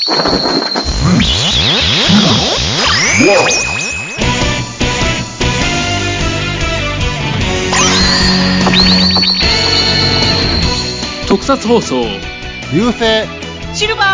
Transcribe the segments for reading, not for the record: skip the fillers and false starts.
特撮放送流星シルバー。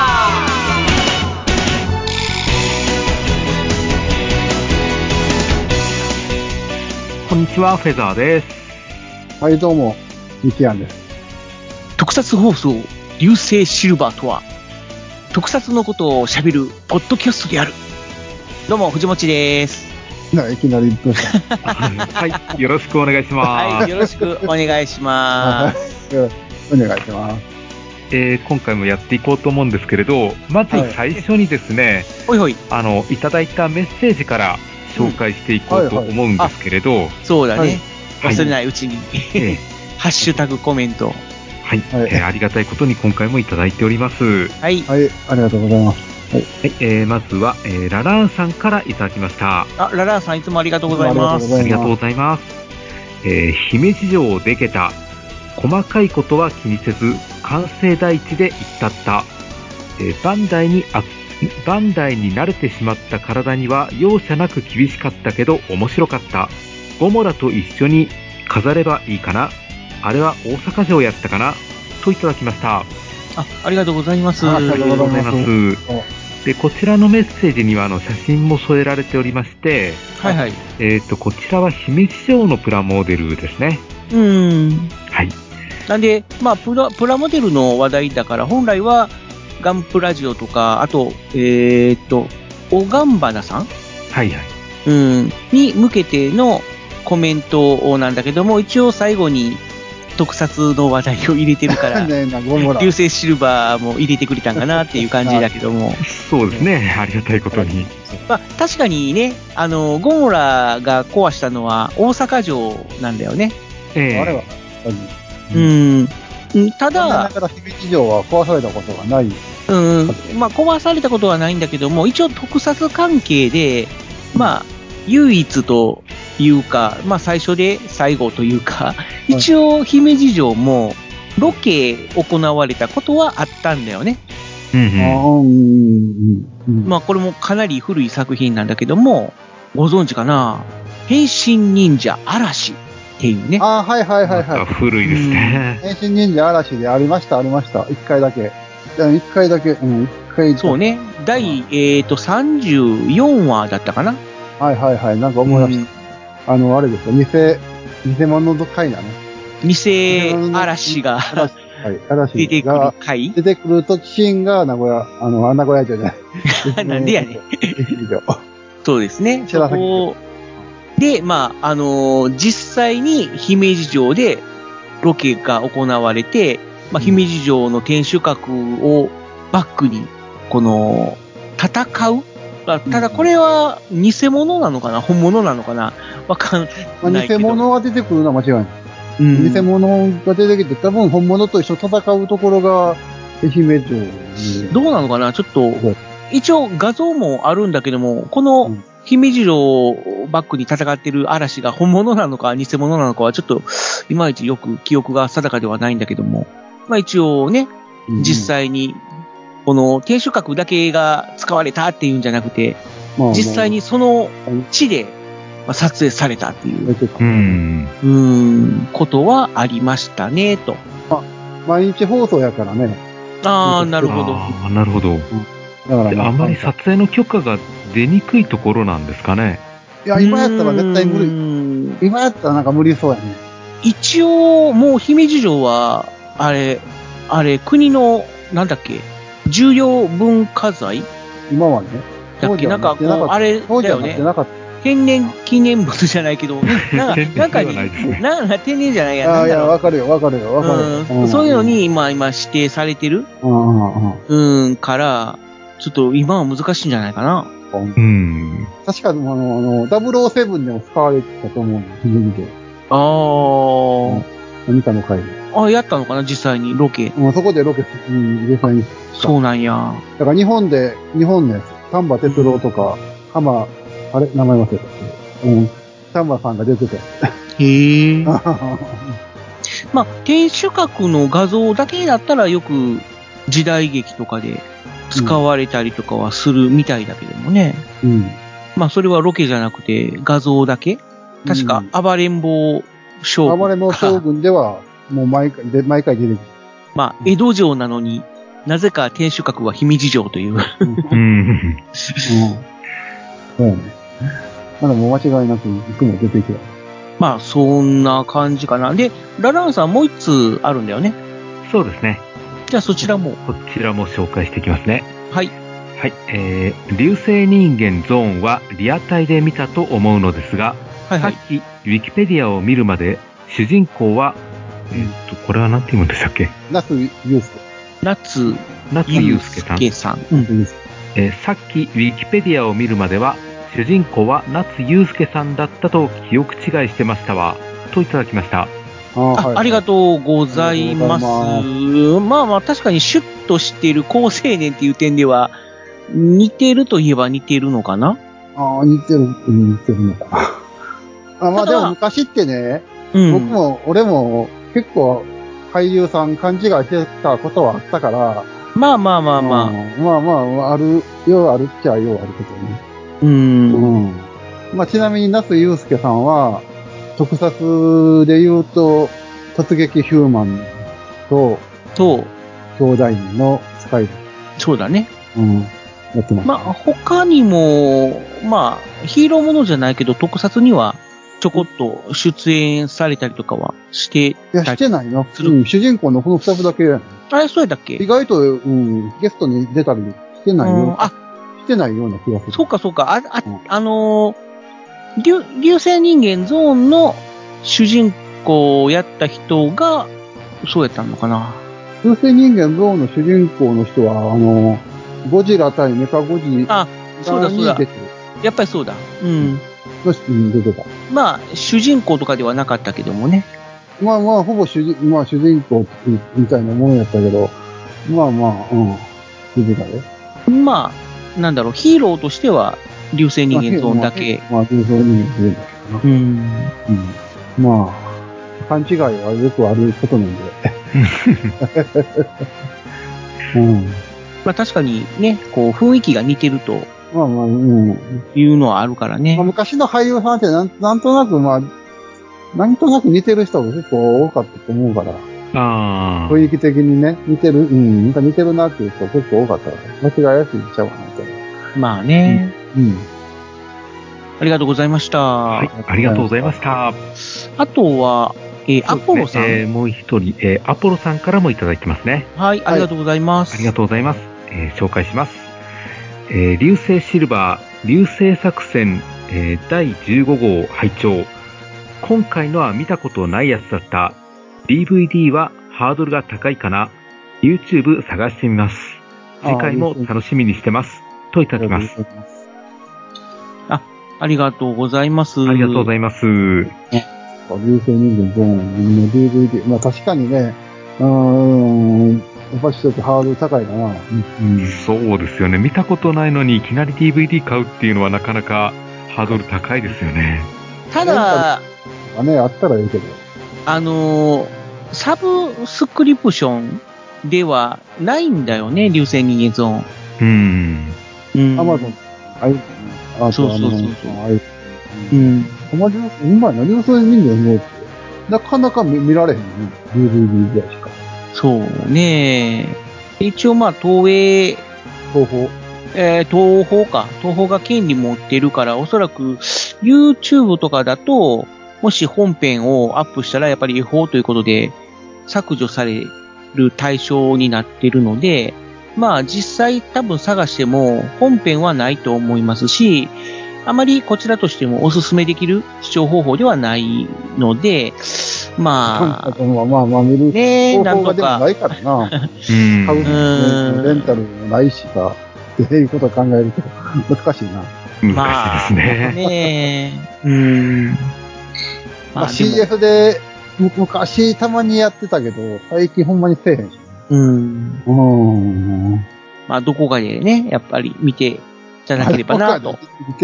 こんにちは、フェザーです。 はい、どうも、ミキアンです。 特撮放送流星シルバーとは、特撮のことを喋るポッドキャストである。どうも藤持です。 いきなり言ってました。 はい、よろしくお願いします。 はい、よろしくお願いします。 お願いします。 今回もやっていこうと思うんですけれど、まず最初にですね、 ほいほい。 いただいたメッセージから紹介していこうと思うんですけれど、 そうだね。 はい忘れないうちに、ハッシュタグコメント。 はい、ありがたいことに今回もいただいております。 はい。 はい、ありがとうございます。 はい、まずは、ララーンさんからいただきました。 あ、ララーさんいつもありがとうございます。 ありがとうございます。姫路城でけた。細かいことは気にせず、完成第一で行ったった。バンダイに慣れてしまった体には容赦なく厳しかったけど面白かった。ゴモラと一緒に飾ればいいかな。あれは大阪城やったかなといただきました。 ありがとうございます。 ありがとうございます。 で、こちらのメッセージには写真も添えられておりまして、 はいはい。 こちらは姫路城のプラモデルですね。はい。 なんで、まあ、プラモデルの話題だから、本来はガンプラジオとか、あと、おがんばなさんはいはい。 に向けてのコメントなんだけども、一応最後に特撮の話題を入れてるから、流星シルバーも入れてくれたんかなっていう感じだけども。 そうですね。ありがたいことに。 まあ、確かにね、ゴモラが壊したのは大阪城なんだよね。 あれは、 ただ、 だから姫路城は壊されたことがない。 まあ、壊されたことはないんだけども、一応特撮関係で、まあ、唯一というか、まあ、最初で最後というか、一応姫路城もロケ行われたことはあったんだよね。まあ、これもかなり古い作品なんだけども、ご存知かな？変身忍者嵐っていうね。 はいはいはいはい。 古いですね。 変身忍者嵐でありました、ありました。一回だけ。 そうね。第、34話だったかな。 はいはいはい。なんか思い出した。あれですよ。偽物の回なの。 偽嵐が出てくる回？ 出てくるとシーンが名古屋、名古屋城じゃない。 なんでやねん。そうですね。そこで、まあ、実際に姫路城でロケが行われて、まあ、姫路城の天守閣をバックに、戦う？ただこれは偽物なのかな？本物なのかな？わかんないけど。 偽物は出てくるのは間違いない。偽物が出てきて、多分本物と一緒に戦うところが愛媛城。 どうなのかな？ちょっと、一応画像もあるんだけども、この姫路城をバックに戦ってる嵐が本物なのか偽物なのかはちょっといまいちよく記憶が定かではないんだけども、まあ一応ね、実際にこの天守閣だけが使われたっていうんじゃなくて、実際にその地で撮影されたっていうことはありましたねと。 毎日放送やからね。 なるほど。 なるほど。だからあまり撮影の許可が出にくいところなんですかね。 いや、今やったら絶対無理。今やったらなんか無理そうやね。 一応、もう姫路城は、あれ、国の、なんだっけ、重要文化財今はね。 だっけ、なんかこう、あれだよね。天然記念物じゃないけど、なんかに、天然じゃないや。 いや、わかるよ。 そういうのに今指定されてるから、ちょっと今は難しいんじゃないかな。 確か007でも使われてたと思うんです、姫路城。何かの回で。 やったのかな、実際にロケ。 そこでロケ、実際に。 そうなんや。 だから日本のやつ、丹波哲郎とか、名前忘れた。丹波さんが出てた。 へえ。まあ、天守閣の画像だけだったらよく時代劇とかで使われたりとかはするみたいだけどもね。 うん。 まあそれはロケじゃなくて画像だけ確か暴れん坊将軍。 暴れん坊将軍では、もう毎回出てくる。 まあ、江戸城なのになぜか天守閣は姫路城という。 うん。 そうね。まだもう間違いなく行くの出てきた。 まあ、そんな感じかな。で、ラランさんもう一つあるんだよね。 そうですね。 じゃあそちらも。 こちらも紹介していきますね。 はい。 はい。流星人間ゾーンはリアタイで見たと思うのですが、はいはい、さっきウィキペディアを見るまで、主人公は、これは何て言うんでしたっけ？ 夏祐介。 夏祐介さん。さっきウィキペディアを見るまでは、主人公は夏祐介さんだったと記憶違いしてましたわ、といただきました。 ありがとうございます。まあまあ確かにシュッとしている好青年っていう点では、似てるといえば似てるのかな？ 似てるのかな。まあでも昔ってね、俺も結構俳優さん勘違いしてたことはあったから、まあ、ようあるっちゃようあるけどね。まあちなみに夏祐介さんは、特撮で言うと、突撃ヒューマンと、兄弟人のスカイル。 そうだね。 やってます。 まあ他にも、まあヒーローものじゃないけど特撮にはちょこっと出演されたりとかはしてたり。 いや、してないな。主人公のこの二つだけ。 あれ、そうやったっけ？ 意外と、ゲストに出たりしてないよ。してないような気がする。 そうか。流星人間ゾーンの主人公をやった人が、そうやったのかな。 流星人間ゾーンの主人公の人は、ゴジラ対メカゴジラに出てる。 やっぱりそうだ。 どうして出てた？ まあ、主人公とかではなかったけどもね。 まあ、ほぼ主人公みたいなものやったけど、出てたね。 まあ、なんだろう、ヒーローとしては、流星人間ゾーンだけ。 流星人間ゾーンだけな。まあ、勘違いはよくあることなんで。 まあ確かにね、こう雰囲気が似てると。いうのはあるからね。 昔の俳優さんってなんとなく似てる人が結構多かったと思うから。雰囲気的にね、似てるなっていう人結構多かったから。間違いやすいっちゃうかなと。 まあね。ありがとうございました。 はい、ありがとうございました。 あとは、アポロさん。 もう一人、アポロさんからもいただいてますね。 はい、ありがとうございます。 ありがとうございます。紹介します。流星シルバー、流星作戦、第15号拝聴。今回のは見たことないやつだった。DVD はハードルが高いかな。YouTube 探してみます。次回も楽しみにしてます。といただきます。 ありがとうございます。 ありがとうございます。 流星人間ゾーンの DVD。まあ確かにね、やっぱりちょっとハードル高いかな。 そうですよね。見たことないのにいきなり DVD 買うっていうのはなかなかハードル高いですよね。 ただ、 あったらいいけど。 サブスクリプションではないんだよね、流星人間ゾーン。 Amazon。 そう。 今の流星人間もなかなか見られへんね。DVD ぐらいしか。 そうね。一応東宝が権利持ってるから、おそらく YouTube とかだと、もし本編をアップしたらやっぱり違法ということで削除される対象になってるので、まあ実際多分探しても本編はないと思いますし、あまりこちらとしてもおすすめできる視聴方法ではないので、まあ、 見る方法がでもないからな。買うレンタルもないしさ、っていうことを考えると難しいな。 難しいですね。 CS で昔たまにやってたけど、最近ほんまにせえへんし。 まあどこかでね、やっぱり見ていただければなと。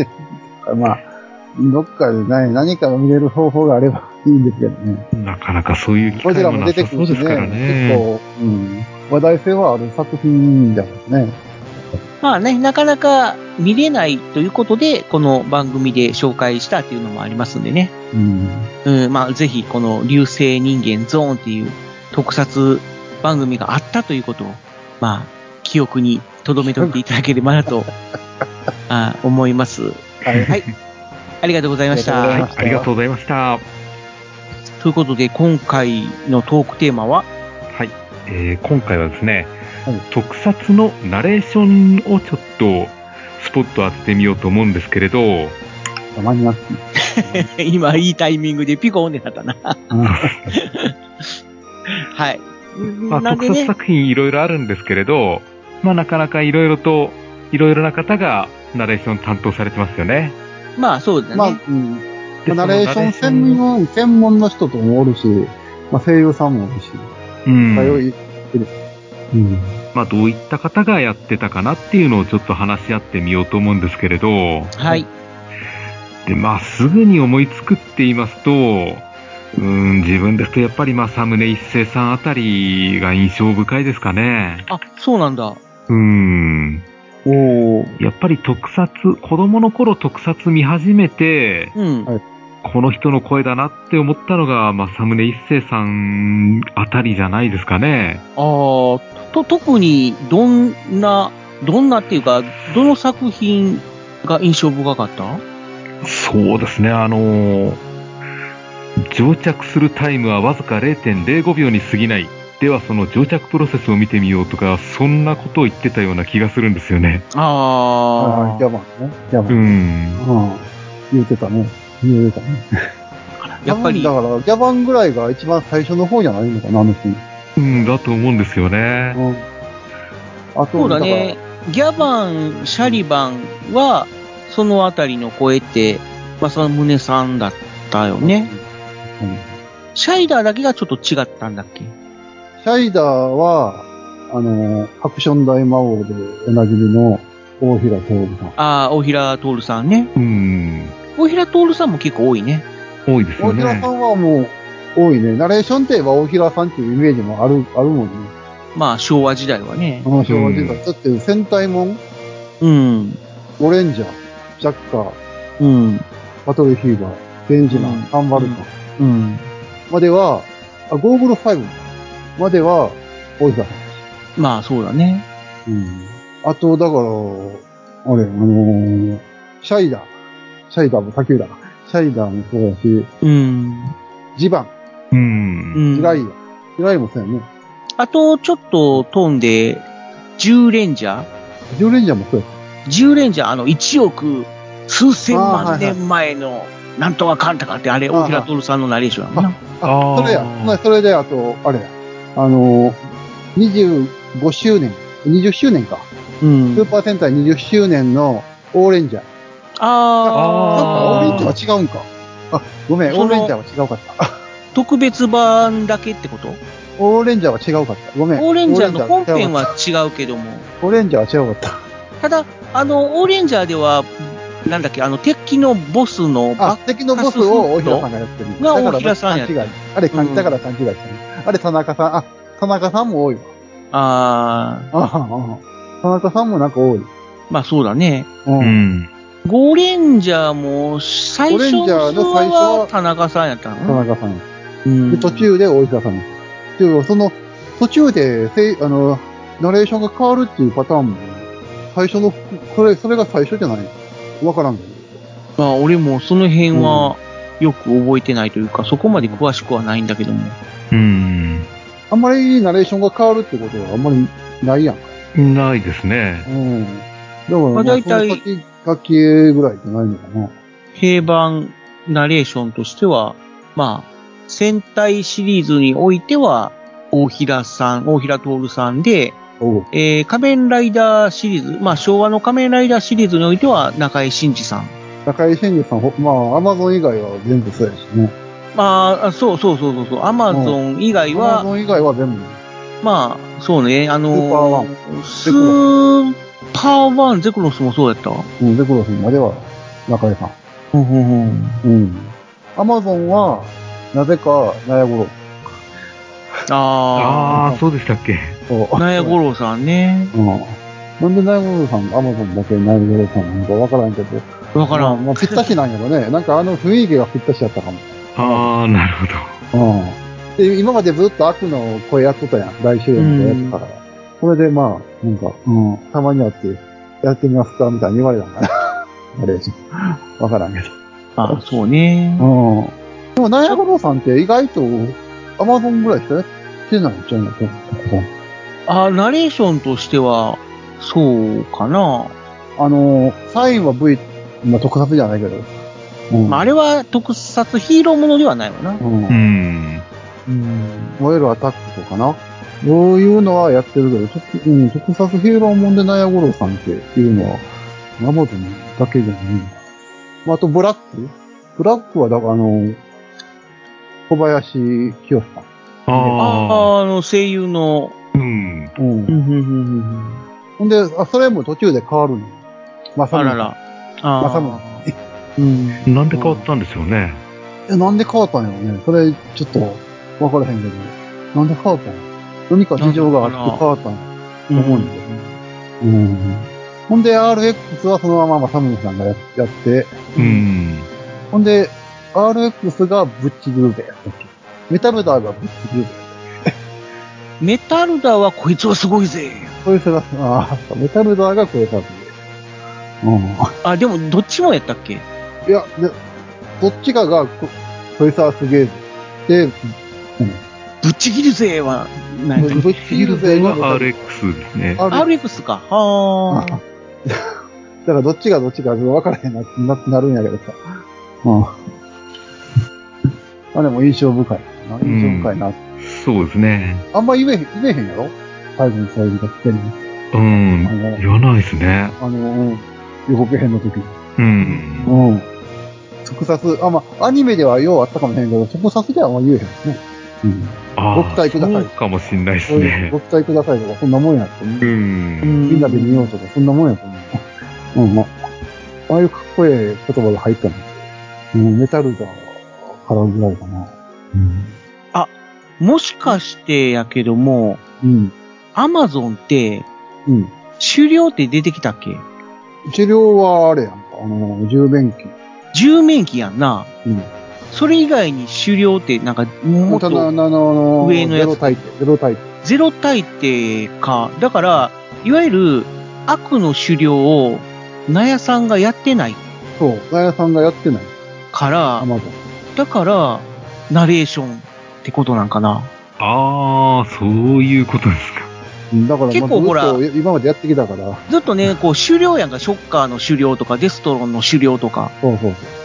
どっかで何かを見れる方法があればいいんですけどね。 なかなかそういう機会もなさそうですからね。 結構、話題性はある作品だもんね。 まあね、なかなか見れないということで、この番組で紹介したっていうのもありますんでね。まあぜひこの流星人間ゾーンっていう特撮番組があったということを、まあ、記憶に留めておいていただければなと思います。はい。ありがとうございました。 はい、ありがとうございました。 ということで、今回のトークテーマは、 はい、今回はですね、特撮のナレーションをちょっとスポット当ててみようと思うんですけれど、 今いいタイミングでピコンでなったな。はい。 まあ、特撮作品いろいろあるんですけれど、まあなかなかいろいろな方がナレーション担当されてますよね。 まあそうだね。 まあ、ナレーション専門の人ともおるし、まあ声優さんもおるし。 まあどういった方がやってたかなっていうのをちょっと話し合ってみようと思うんですけれど。 はい。 で、まあすぐに思いつくって言いますと、自分ですとやっぱり政宗一世さんあたりが印象深いですかね。 あ、そうなんだ。 やっぱり子供の頃特撮見始めて、この人の声だなって思ったのが、政宗一世さんあたりじゃないですかね。 特にどんなっていうか、どの作品が印象深かった？ そうですね、乗着するタイムはわずか 0.05 秒に過ぎない。ではその乗着プロセスを見てみようとか、そんなことを言ってたような気がするんですよね。 ギャバンね。言ってたね。やっぱり。だから、ギャバンぐらいが一番最初の方じゃないのかな、あの人。 だと思うんですよね。 そうだね。ギャバン、シャリバンは、そのあたりの声って、政宗さんだったよね。シャイダーだけがちょっと違ったんだっけ？ シャイダーは、ハクション大魔王でおなじみの大平徹さん。 大平徹さんね。大平徹さんも結構多いね。 多いですよね。 大平さんはもう、多いね。ナレーションといえば大平さんっていうイメージもあるもんね。 まあ、昭和時代はね。 昭和時代。だって、戦隊もんゴレンジャー、ジャッカー、バトルフィーバー、デンジマン、ハンバルトン。までは、ゴーグル5までは、大平さん。 まあ、そうだね。 あと、だから、シャイダーも竹浦。シャイダーもそうだし、ジバン。イライもそうやね。 あと、ちょっと飛んで、10レンジャー 10レンジャーもそうや。 10レンジャー、1億数千万年前の、なんとかかんたかって、あれ、大平徹さんのナレーションやもんな。 それや。それで、あと、あれや。25周年、20周年か。スーパー戦隊20周年のオーレンジャー。オーレンジャーは違うんか。ごめん、オーレンジャーは違うかった。 特別版だけってこと？ オーレンジャーは違うかった。ごめん。 オーレンジャーの本編は違うけども。 オーレンジャーは違うかった。 ただ、オーレンジャーでは、なんだっけ、敵のボスの敵のボスを大平さんがやってる。 大平さんやってる。 あれ、だから勘違いしたね。あれ、田中さんも多いわ。田中さんもなんか多い。 まあそうだね。ゴーレンジャーも、最初は田中さんやったの？ 田中さん。で、途中で大平さん。途中で、ナレーションが変わるっていうパターンも、最初の、それが最初じゃないわからんけど。 まあ、俺もその辺は、よく覚えてないというか、そこまで詳しくはないんだけども。 あんまりナレーションが変わるってことはあんまりないやんか。 ないですね。 だから、だいたい、書き絵ぐらいじゃないのかな。 平板ナレーションとしては、まあ、戦隊シリーズにおいては、大平徹さんで、仮面ライダーシリーズ、まあ昭和の仮面ライダーシリーズにおいては中井真司さん。 中井真司さん、まあアマゾン以外は全部そうやしね。 まあ、そう。アマゾン以外は、 全部。 まあ、そうね、 スーパーワン。 スーパーワン、ゼクロスもそうやった？ ゼクロスまでは中井さん。アマゾンは、なぜか、ナヤゴロ。 そうでしたっけ。 ナヤゴロさんね。 なんでナイゴロさん、アマゾンだけナイゴロさんなのかわからんけど。 わからん。 まあ、ぴったしなんやろね。なんか雰囲気がぴったしやったかも。 なるほど。 で、今までずっと悪の声やってたやん。来週演でやってたから。これでまあ、なんか、たまに会って、やってみますかみたいに言われたんかな。あれ、わからんけど。 そうね。 でも、ナイゴロさんって意外と、アマゾンぐらいしかやってないんちゃうのナレーションとしては、そうかな。 サインは V、特撮じゃないけど。 あれは特撮ヒーローものではないわな。 燃えるアタックとかな。そういうのはやってるけど、特撮ヒーローもんでナイゴロさんっていうのは、アマゾンだけじゃないの。あと、ブラックは、だから小林清さん。 声優の。 ほんで、それも途中で変わるの。まさむなんで変わったんですよね。 なんで変わったんやろね。それ、ちょっと、わからへんけど。なんで変わったんや。何か事情があって変わったんや。思うんだけど。ほんで、RX はそのまま正宗さんがやって、ほんで、RX がブッチグルーベやったっけ。メタルダーがブッチグルーベやったっけ。メタルダーはこいつはすごいぜ。 こいつが、メタルダーがこいつはすごい。でも、どっちもやったっけ？ いや、どっちかが、こいつはすげえで、 ぶっちぎるぜは、 ぶっちぎるぜは RX ですね。 RX か。 だからどっちが分からへんなるんやけどさ。でも印象深いな。 そうですね。 あんま言えへんやろ？最後にそういうのが来てるの。言わないですね。 予告編の時に。特撮、アニメではようあったかもしれんけど、特撮ではあんま言えへんね。ご期待ください。 そうかもしんないですね。 ご期待くださいとか、そんなもんやってね。みんなで見ようとか、そんなもんやと思う。ああいうかっこいい言葉が入ったの。メタルダーからぐらいかな。 もしかしてやけども、アマゾンって、狩猟って出てきたっけ？ 狩猟はあれやんか、10面機。 10面機やんな。それ以外に狩猟ってなんか、もっと上のやつ。ゼロ大帝か。だから、いわゆる悪の狩猟を、ナヤさんがやってない。 そう、ナヤさんがやってない。 から、だから、ナレーションってことなんかな。 そういうことですか。 だから、 結構ほら、 今までやってきたから。 ずっとね、狩猟やんか、ショッカーの狩猟とか、デストロンの狩猟とか。 そう。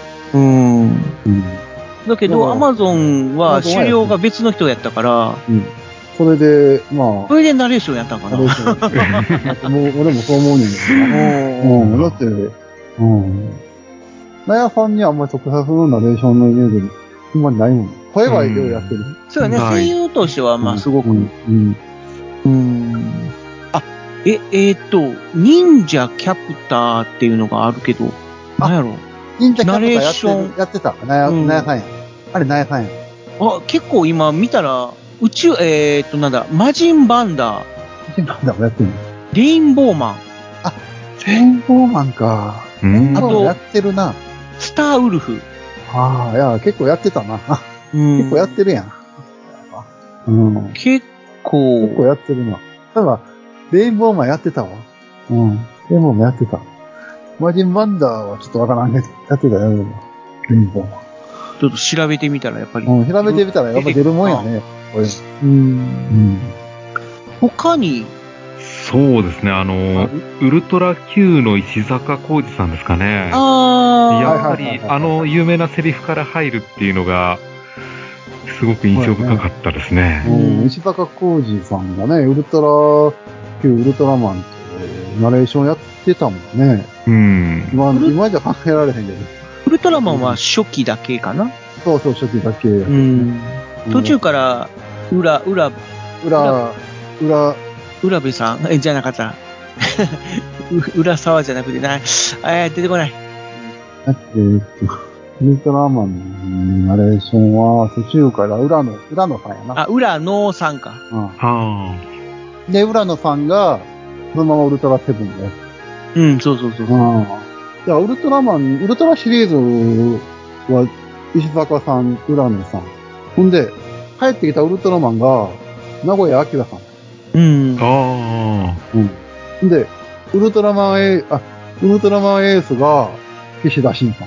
だけど、アマゾンは狩猟が別の人やったから、 それで、 それでナレーションやったんかな。 俺もそう思うねんけどな。だって、ナヤさんにはあんまり特撮のナレーションのイメージ、あんまりないもん。声はようやってる。 そうやね、声優としては、すごく。忍者キャプターっていうのがあるけど、なんやろ？ 忍者キャプターやってた。ナヤさんや。あれナヤさんや。 結構今見たら、マジンバンダー。 マジンバンダーもやってるの？ レインボーマン。 レインボーマンか。あと、やってるな。 スターウルフ。 いや、結構やってたな。結構やってるやん。 結構やってるな。ただ、レインボーマンやってたわ。レインボーマンやってた。マジンバンダーはちょっとわからんけど、やってたよ、レインボーマン。 ちょっと調べてみたらやっぱり。 調べてみたらやっぱ出るもんやね。 他に、 そうですね、ウルトラ Q の石坂浩二さんですかね。やはり、有名なセリフから入るっていうのが、すごく印象深かったですね。 石坂浩二さんがね、ウルトラ Q ウルトラマンってナレーションやってたもんね。今じゃ考えられへんけど。 ウルトラマンは初期だけかな？ そう、初期だけ。 途中から、浦部さんじゃなかった。浦沢じゃなくて出てこない。 ウルトラマンのナレーションは、途中から浦野さんやな。 浦野さんか。 で、浦野さんが、 そのままウルトラセブンで。 うん、そうそうそうそう。 いや、ウルトラシリーズは、石坂さん、浦野さん。ほんで、帰ってきたウルトラマンが、名古屋明さん。 うん。 うん。で、ウルトラマンエースが、岸田新さん。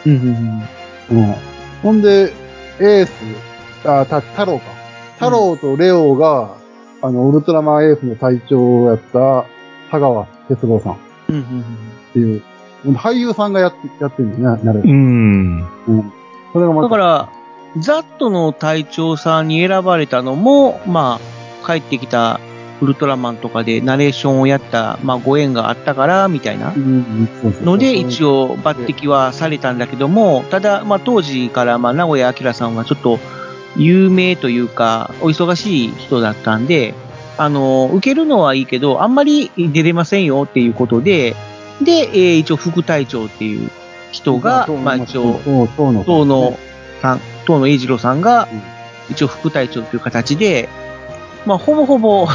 ほんで、エース、太郎か。太郎とレオが、ウルトラマンエースの隊長をやった佐川哲郎さん。っていう。俳優さんがやってるんだね、なる。それがだから、ザットの隊長さんに選ばれたのも、まあ、帰ってきたウルトラマンとかでナレーションをやった、まあ、ご縁があったから、みたいな。ので、一応抜擢はされたんだけども、ただ、まあ、当時から、まあ、名古屋明さんはちょっと、有名というか、お忙しい人だったんで、受けるのはいいけど、あんまり出れませんよっていうことで、で、一応副隊長っていう人が、まあ一応、東野栄二郎さんが、一応副隊長という形で、まあほぼほぼ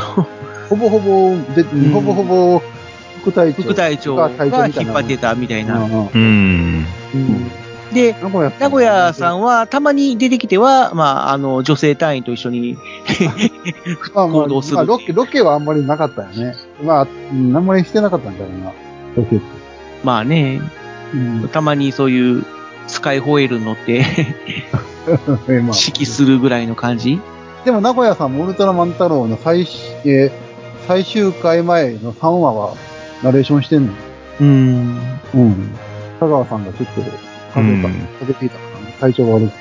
副隊長が引っ張ってたみたいな。で、名古屋さんはたまに出てきては、まあ、女性隊員と一緒に行動する。 ロケはあんまりなかったよね。まあ、あんまりしてなかったんだよな、ロケって。 まあね、たまにそういうスカイホエールに乗って指揮するぐらいの感じ。 でも名古屋さんもウルトラマン太郎の最終回前の3話はナレーションしてんの。佐川さんがちょっと風邪ひいたからね、体調が悪い。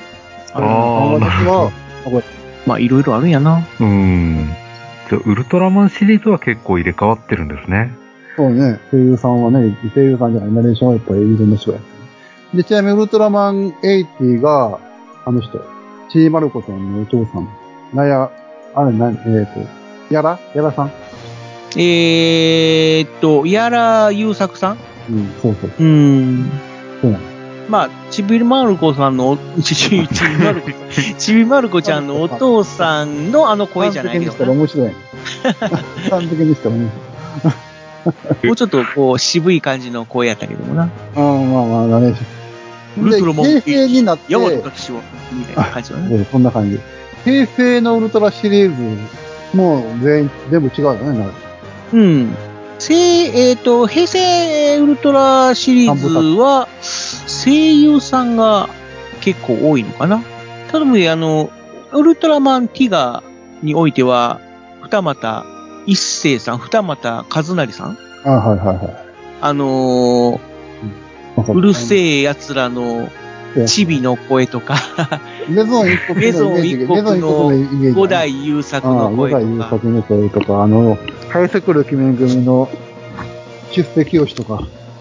まあいろいろあるんやな。 じゃあウルトラマンシリーズは結構入れ替わってるんですね。 そうね。声優さんはね、声優さんじゃない、ナレーションはやっぱりいろんな人がやってる。で、ちなみにウルトラマン80が、人、ちーまる子ちゃんのお父さん。やらさんやらゆうさくさん？ そうそう。そうなの。 まあ、ちびまる子さんの、ちびまる子ちゃんのお父さんの声じゃないけど。 端的にしたら面白い。端的にしたら面白い。 もうちょっとこう渋い感じの声やったけどもな。 ナレーション。ウルトラマン平成になって。 ヤマトタキシはみたいな感じはね。 そんな感じ。平成のウルトラシリーズも全部違うよね、 平成ウルトラシリーズは、声優さんが結構多いのかな。ただウルトラマンティガにおいては、二俣一世さん、二俣和成さん。うるせえ奴らのチビの声とか、 メゾン一国の五代優作の声とか。 五代優作の声とか、ハイセクル鬼面組の出世清とか。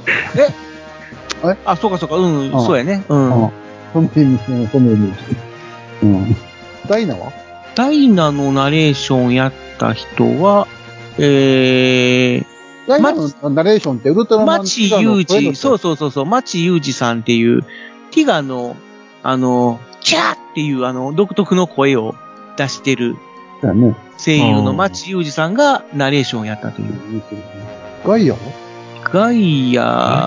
そうか、そうやね。 そのイメージ。ダイナは？ ダイナのナレーションやった人は、 ダイナのナレーションってウルトラマン町裕二、そう、町裕二さんっていう、ティガの、キャーっていう独特の声を出してる、声優の町裕二さんがナレーションをやったという。 ガイアは？ ガイ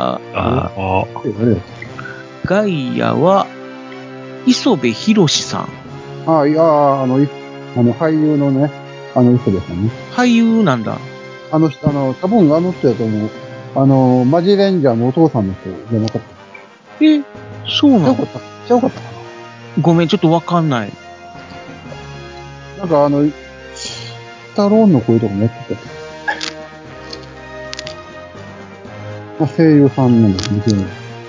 アは、磯部博さん。 俳優のね、人ですよね。 俳優なんだ。 多分人やと思う。マジレンジャーのお父さんの人じゃなかった。 そうなの？ ちゃうかったかな。 ごめん、ちょっとわかんない。 なんかスタローンの声とかもやってた。声優さんなんですね。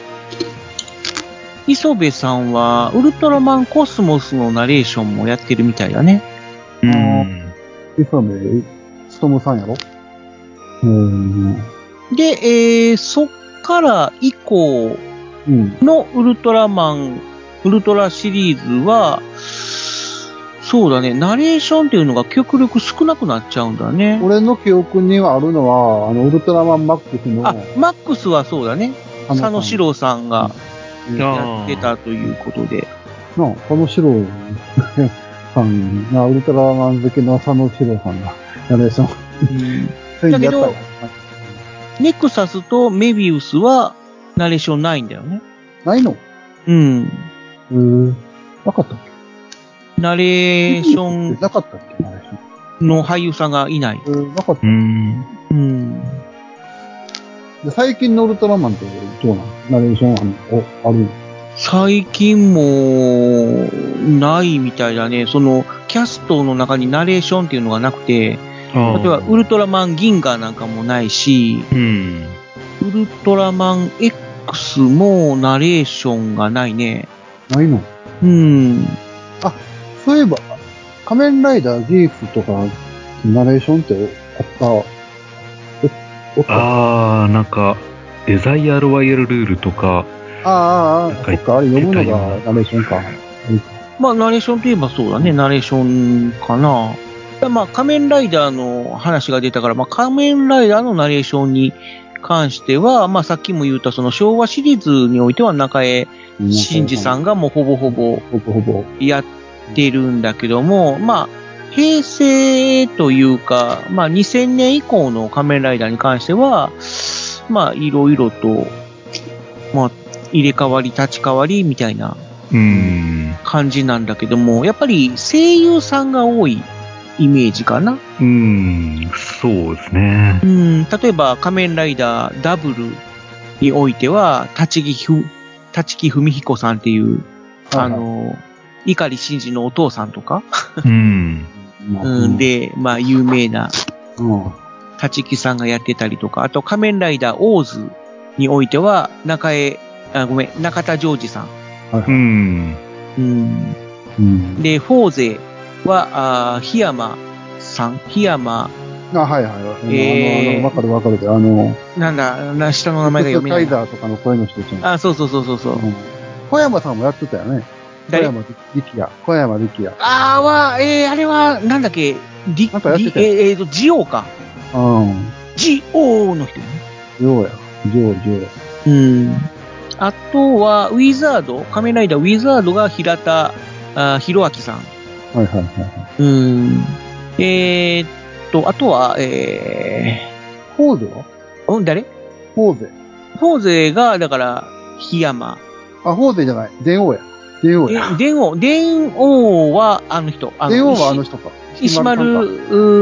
磯部さんは、ウルトラマンコスモスのナレーションもやってるみたいだね。 磯部勉さんやろ？ で、そっから以降のウルトラシリーズは、そうだね、ナレーションっていうのが極力少なくなっちゃうんだね。 俺の記憶にはあるのは、ウルトラマンマックスの。 マックスはそうだね。佐野史郎さんがやってたということで。 佐野史郎さんが、ウルトラマン好きの佐野史郎さんがナレーション。 だけど、ネクサスとメビウスはナレーションないんだよね。 ないの？ うん。 なかったっけ？ ナレーション。 なかったっけ？ナレーションの俳優さんがいない。 なかった。で最近のウルトラマンってどうなの？ナレーションある？ 最近もないみたいだね。そのキャストの中にナレーションっていうのがなくて、例えばウルトラマンギンガーなんかもないし、ウルトラマン X もナレーションがないね。 ないの？あ、そういえば、仮面ライダーギーフとか、ナレーションってなんか、デザイアロワイヤルルールとか、 そっか、あれ読むのがナレーションか。 まあ、ナレーションといえばそうだね、ナレーションかな。まあ、仮面ライダーの話が出たから、まあ、仮面ライダーのナレーションに関しては、まあ、さっきも言ったその昭和シリーズにおいては中江真司さんがもうほぼほぼやってるんだけども、まあ、平成というか、まあ、2000年以降の仮面ライダーに関しては、まあ、いろいろと、まあ、入れ替わり立ち替わりみたいな感じなんだけども、やっぱり声優さんが多いイメージかな。 そうですね。 例えば仮面ライダーダブルにおいては、立木文彦さんっていう、碇シンジのお父さんとか、で、まあ有名な立木さんがやってたりとか、あと仮面ライダーオーズにおいては中田ジョージさん。で、フォーゼは、檜山さん。檜山。 わかる。 なんだ、下の名前が読めない。 カイザーとかの声の人じゃん。 そう。 小山さんもやってたよね。小山力也。 あれは、なんだっけ、 なんかやってたよ。 ジオか。ジオの人ね。 ジオ。 あとは、ウィザード、仮面ライダーウィザードが平田博明さん。あとは、 フォーゼは？ 誰？ フォーゼが、だから、檜山。 フォーゼじゃない。電王や。 電王はあの人。 電王はあの人か。 石丸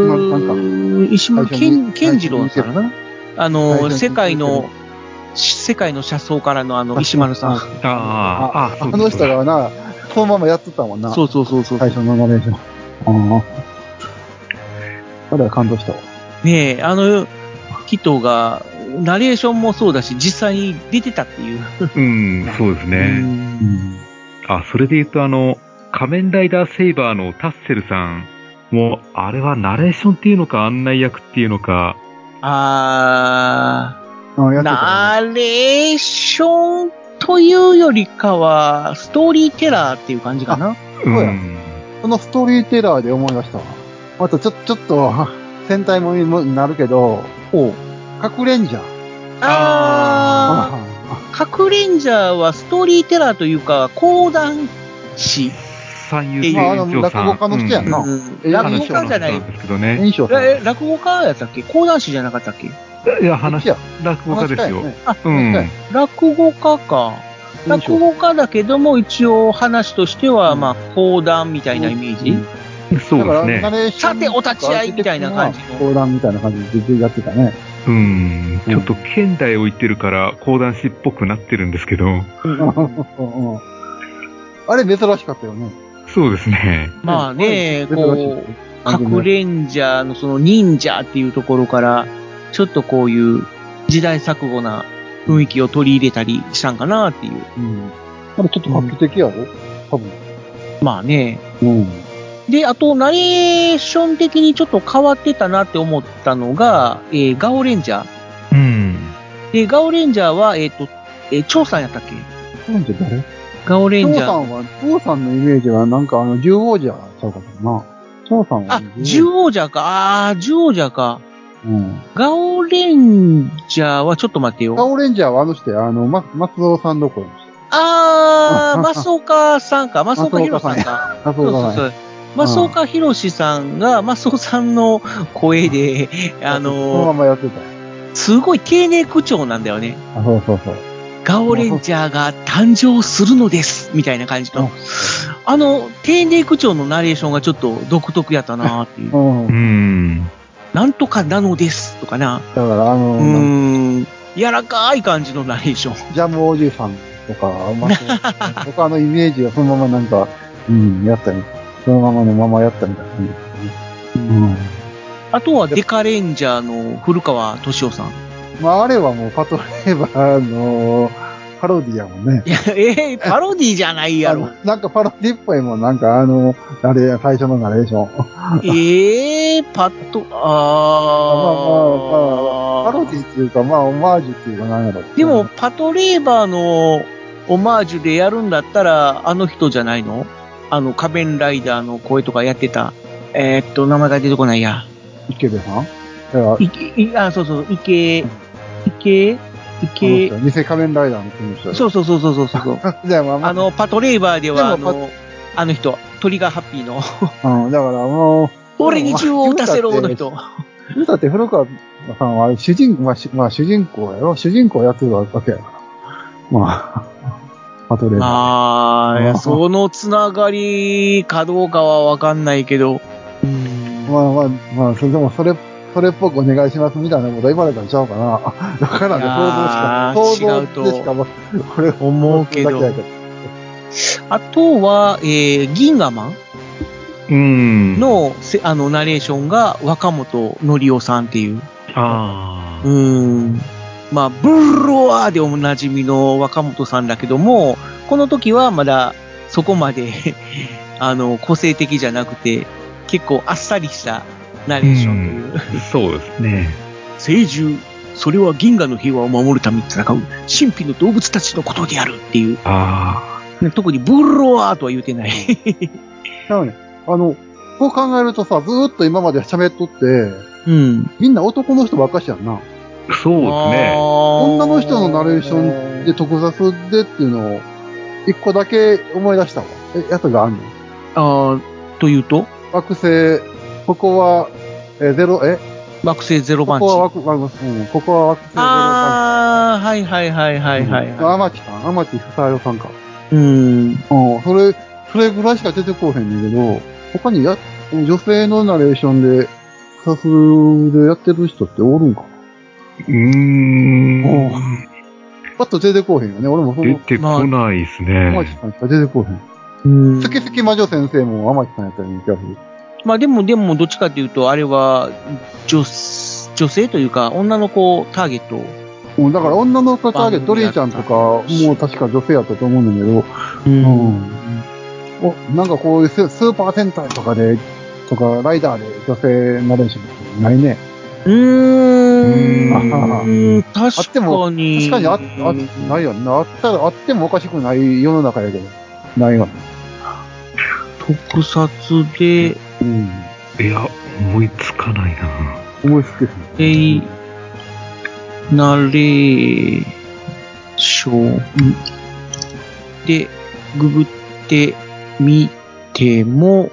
健次郎さんかな。世界の車窓からの石丸さん。 あの人がな、そのままやってたもんな。 そう。 最初のナレーション。あれは感動したわ。 ねえ、人が、ナレーションもそうだし、実際に出てたっていう。 そうですね。それで言うと仮面ライダーセイバーのタッセルさんも、あれはナレーションっていうのか案内役っていうのか。 ナレーションというよりかは、ストーリーテラーっていう感じかな。 そのストーリーテラーで思い出したわ。あとちょっと、戦隊ものになるけど、核レンジャー。 核レンジャーはストーリーテラーというか、講談師。 三遊亭落語家の人やんな。 落語家じゃない。落語家やったっけ？講談師じゃなかったっけ？ いや、落語家ですよ。 落語家か。落語家だけども、一応話としては、まあ、講談みたいなイメージ？ そうですね。 さて、お立ち会いみたいな感じの。 講談みたいな感じでやってたね。 ちょっと現代を言ってるから講談師っぽくなってるんですけど。 あれ珍しかったよね。 そうですね。 まあね、核レンジャーのその忍者っていうところから、ちょっとこういう時代錯誤な雰囲気を取り入れたりしたんかなっていう。 あれちょっと画期的やろ？多分。 まあね。で、あと、ナレーション的にちょっと変わってたなって思ったのが、ガオレンジャー。で、ガオレンジャーは、張さんやったっけ？ 誰？ ガオレンジャー。 張さんのイメージはなんか獣王者ちゃうかな。張さんは。 獣王者か。獣王者か。ガオレンジャーはちょっと待ってよ。 ガオレンジャーはあの人や、松尾さんどころの人。 松岡さんか。松岡弘さんか。 そう。 増岡弘さんが、増尾さんの声で、 そのままやってた。 すごい丁寧口調なんだよね。 そうそうそう。 ガオレンジャーが誕生するのです、みたいな感じの。丁寧口調のナレーションがちょっと独特やったなっていう。なんとかなのです、とかな。 だから柔らかい感じのナレーション。 ジャムおじさんとか、他のイメージがそのままなんか、やったり、そのままやったみたいな感じですね。 あとはデカレンジャーの古川敏夫さん。 あれはもうパトレーバーのパロディやもんね。 いや、パロディじゃないやろ。 なんかパロディっぽいもん、なんか最初のナレーション。 パロディっていうか、オマージュっていうかなんやろ。 でも、パトレーバーのオマージュでやるんだったら、あの人じゃないの？仮面ライダーの声とかやってた。名前が出てこないや。 池部さん？ そうそう、偽仮面ライダーの人。 そう。パトレーバーでは、あの人、トリガーハッピーの。 だからもう、 俺に銃を撃たせろの人。 だって古川さんは主人公やろ？主人公やってるわけやから。パトレーバー。 そのつながりかどうかはわかんないけど。 でもそれっぽくお願いしますみたいなこと言われたんちゃうかな。だからね、想像でしかこれ思うけど。あとは、銀河マンの、ナレーションが若本のりおさんっていう。ブルロアでおなじみの若本さんだけども、この時はまだそこまで個性的じゃなくて、結構あっさりしたナレーションという。 そうですね。 聖獣、それは銀河の平和を守るために戦う神秘の動物たちのことであるっていう。特にブルロアとは言うてない。 そう考えるとさ、ずーっと今まで喋っとって、みんな男の人ばっかしやんな。 そうですね。 女の人のナレーションで特撮でっていうのを、一個だけ思い出したわ。やつがあんの？ というと？ 惑星、ここは、 惑星ゼロ番地。 ここは惑星ゼロ番地。 はい。 天地ふさよさんか。それぐらいしか出てこうへんねんけど、他に女性のナレーションで、特撮でやってる人っておるんかな？パッと出てこうへんよね。俺も出てこないですね。 天地さんしか出てこうへん。好き魔女先生も天地さんやったらいい気がする。 でも、どっちかっていうと、あれは、女性というか、女の子ターゲット。 だから女の子ターゲット、リーちゃんとか、もう確か女性やったと思うんだけど、なんかこういうスーパー戦隊とかライダーで女性ナレーションってないね。 確かに。 ないよな。あってもおかしくない世の中やけど。ないわね。 特撮で、 いや、思いつかないな。 思いつくですね。ナレーションで、ググってみても、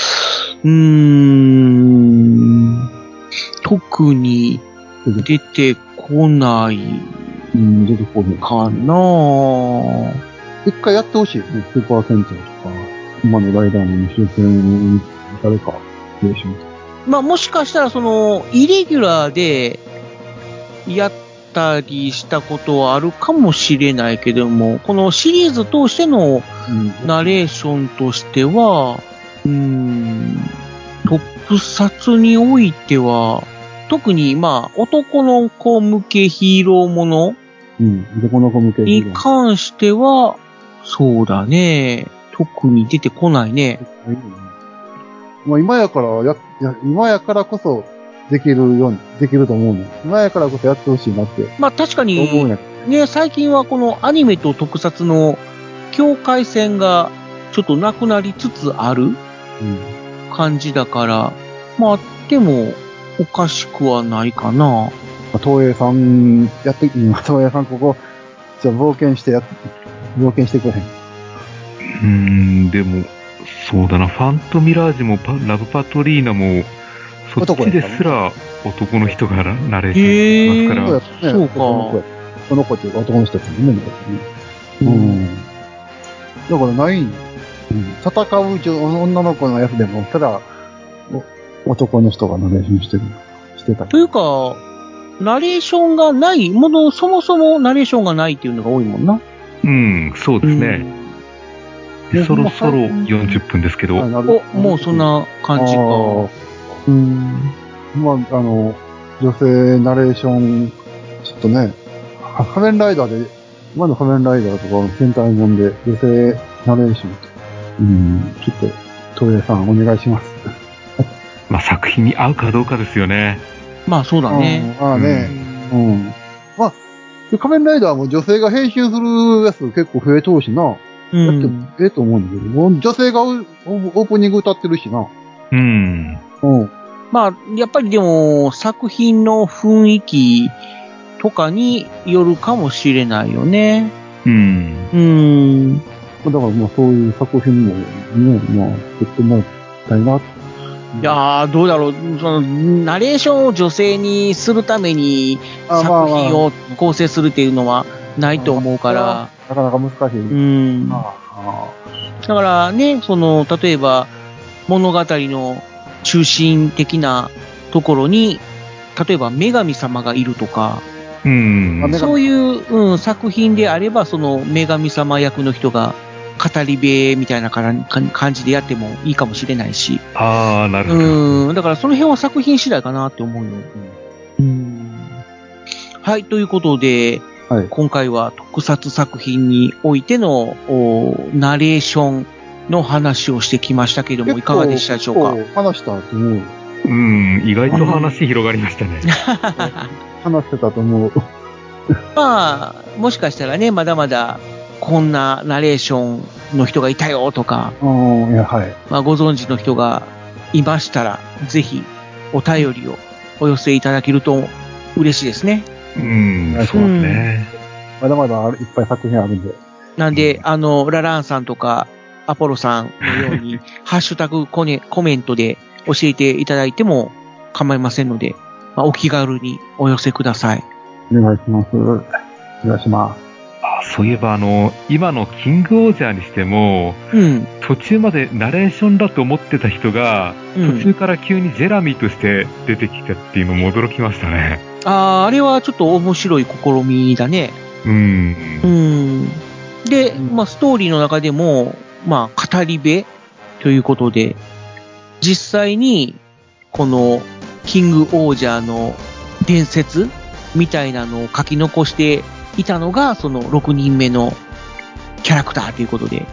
特に出てこないかな。 一回やってほしいね。スーパー戦隊とか、今のライダーの終戦、誰か、 もしかしたらイレギュラーでやったりしたことはあるかもしれないけども、このシリーズ通してのナレーションとしては、特撮においては、特に男の子向けヒーローものに関しては、そうだね。特に出てこないね。 今やからこそできると思うね。今やからこそやってほしいなって。 確かに、ね、最近はこのアニメと特撮の境界線がちょっとなくなりつつある感じだから、あってもおかしくはないかな。 東映さん東映さんここ、じゃあ冒険してくれへん。 でも、 そうだな、ファントミラージュもラブパトリーナも、そっちですら男の人がナレーションしますから。 そうか。この子っていうか男の人たちもね、だからない、戦う女の子のやつでも、ただ、男の人がナレーションしてた。 というか、ナレーションがないそもそもナレーションがないっていうのが多いもんな。 そうですね。そろそろ40分ですけど。 もうそんな感じか。 女性ナレーション、ちょっとね、仮面ライダーで、今の仮面ライダーとか戦隊もんで、女性ナレーションちょっと、東映さんお願いします。 作品に合うかどうかですよね。 そうだね。 仮面ライダーも女性が編集するやつ結構増えとるしな。やってええと思うんだけど、女性がオープニング歌ってるしな。 やっぱりでも、作品の雰囲気とかによるかもしれないよね。 だからそういう作品もね、作ってもらいたいな。 いやー、どうだろう。ナレーションを女性にするために作品を構成するっていうのはないと思うから。 なかなか難しい。 だからね、例えば物語の中心的なところに、例えば女神様がいるとか、そういう、作品であれば、その女神様役の人が語り部みたいな感じでやってもいいかもしれないし。 なるほど。 だからその辺は作品次第かなって思うよ。はい、ということで、今回は特撮作品においてのナレーションの話をしてきましたけれども、いかがでしたでしょうか？ 話したと思う。 意外と話広がりましたね。 話してたと思う。 もしかしたらね、まだまだこんなナレーションの人がいたよとか、ご存知の人がいましたら、ぜひお便りをお寄せいただけると嬉しいですね。 そうですね。 まだまだいっぱい作品あるんで。 なんで、ラランさんとか、アポロさんのように、ハッシュタグコメントで教えていただいても構いませんので、お気軽にお寄せください。 お願いします。お願いします。 そういえば今のキングオージャーにしても、途中までナレーションだと思ってた人が、途中から急にジェラミーとして出てきたっていうのも驚きましたね。 あれはちょっと面白い試みだね。で、ストーリーの中でも、語り部ということで、実際に、この、キングオージャーの伝説みたいなのを書き残していたのが、その6人目のキャラクターということで。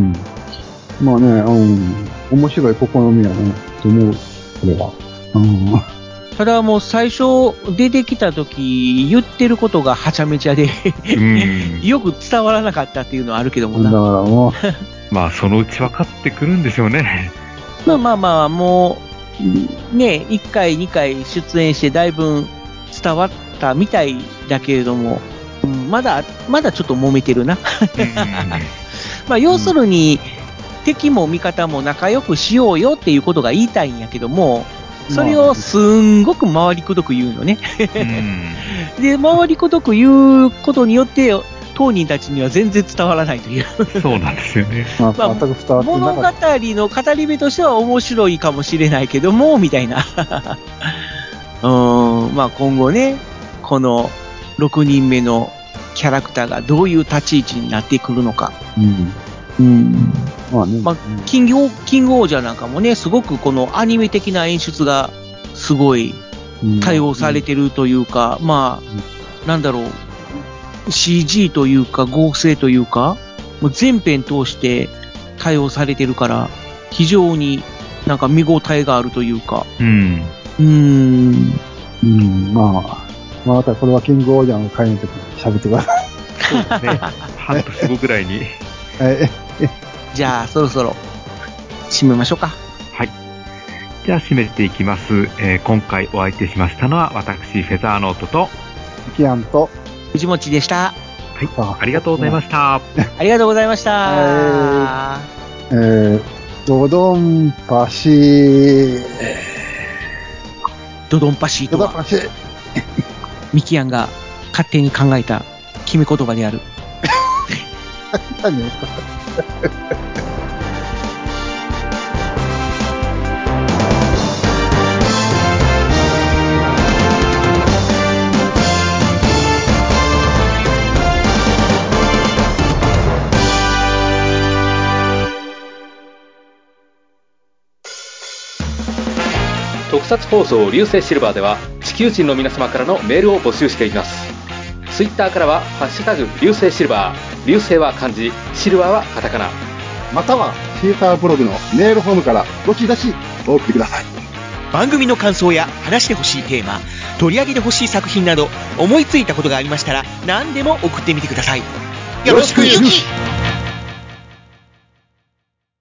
面白い試みやね、と思う、これは。 ただもう最初出てきた時言ってることがはちゃめちゃでよく伝わらなかったっていうのはあるけどもな。 だからもうそのうち分かってくるんでしょうね。 もうね、1回2回出演してだいぶ伝わったみたいだけれども、まだちょっと揉めてるな。要するに、敵も味方も仲良くしようよっていうことが言いたいんやけども、それをすんごく回りくどく言うのね。で、回りくどく言うことによって、当人たちには全然伝わらないという。 そうなんですよね。 物語の語り部としては面白いかもしれないけども、みたいな。今後ね、この6人目のキャラクターがどういう立ち位置になってくるのか。キングオージャーなんかもね、すごくこのアニメ的な演出がすごい対応されてるというか、なんだろう、CG というか合成というか、もう全編通して対応されてるから、非常になんか見応えがあるというか。 またこれはキングオージャーの回の時に喋ってください。 そうですね。半年後ぐらいに。 じゃあ、そろそろ、締めましょうか。 はい。じゃあ、締めていきます。今回お相手しましたのは、私、フェザーノートと、 キアンと、 藤持でした。 はい。ありがとうございました。 ありがとうございました。 ドドンパシー。 ドドンパシーとは、 ドドンパシー。 ミキヤンが勝手に考えた決め言葉である。 何特撮放送流星シルバーでは地球人の皆様からのメールを募集しています。ツイッターからはハッシュタグ流星シルバー、流星は漢字、シルバーはカタカナ、 またはシーサーブログのメールフォームからどしどしお送りください。 番組の感想や話してほしいテーマ、取り上げてほしい作品など思いついたことがありましたら何でも送ってみてください。よろしくゆき。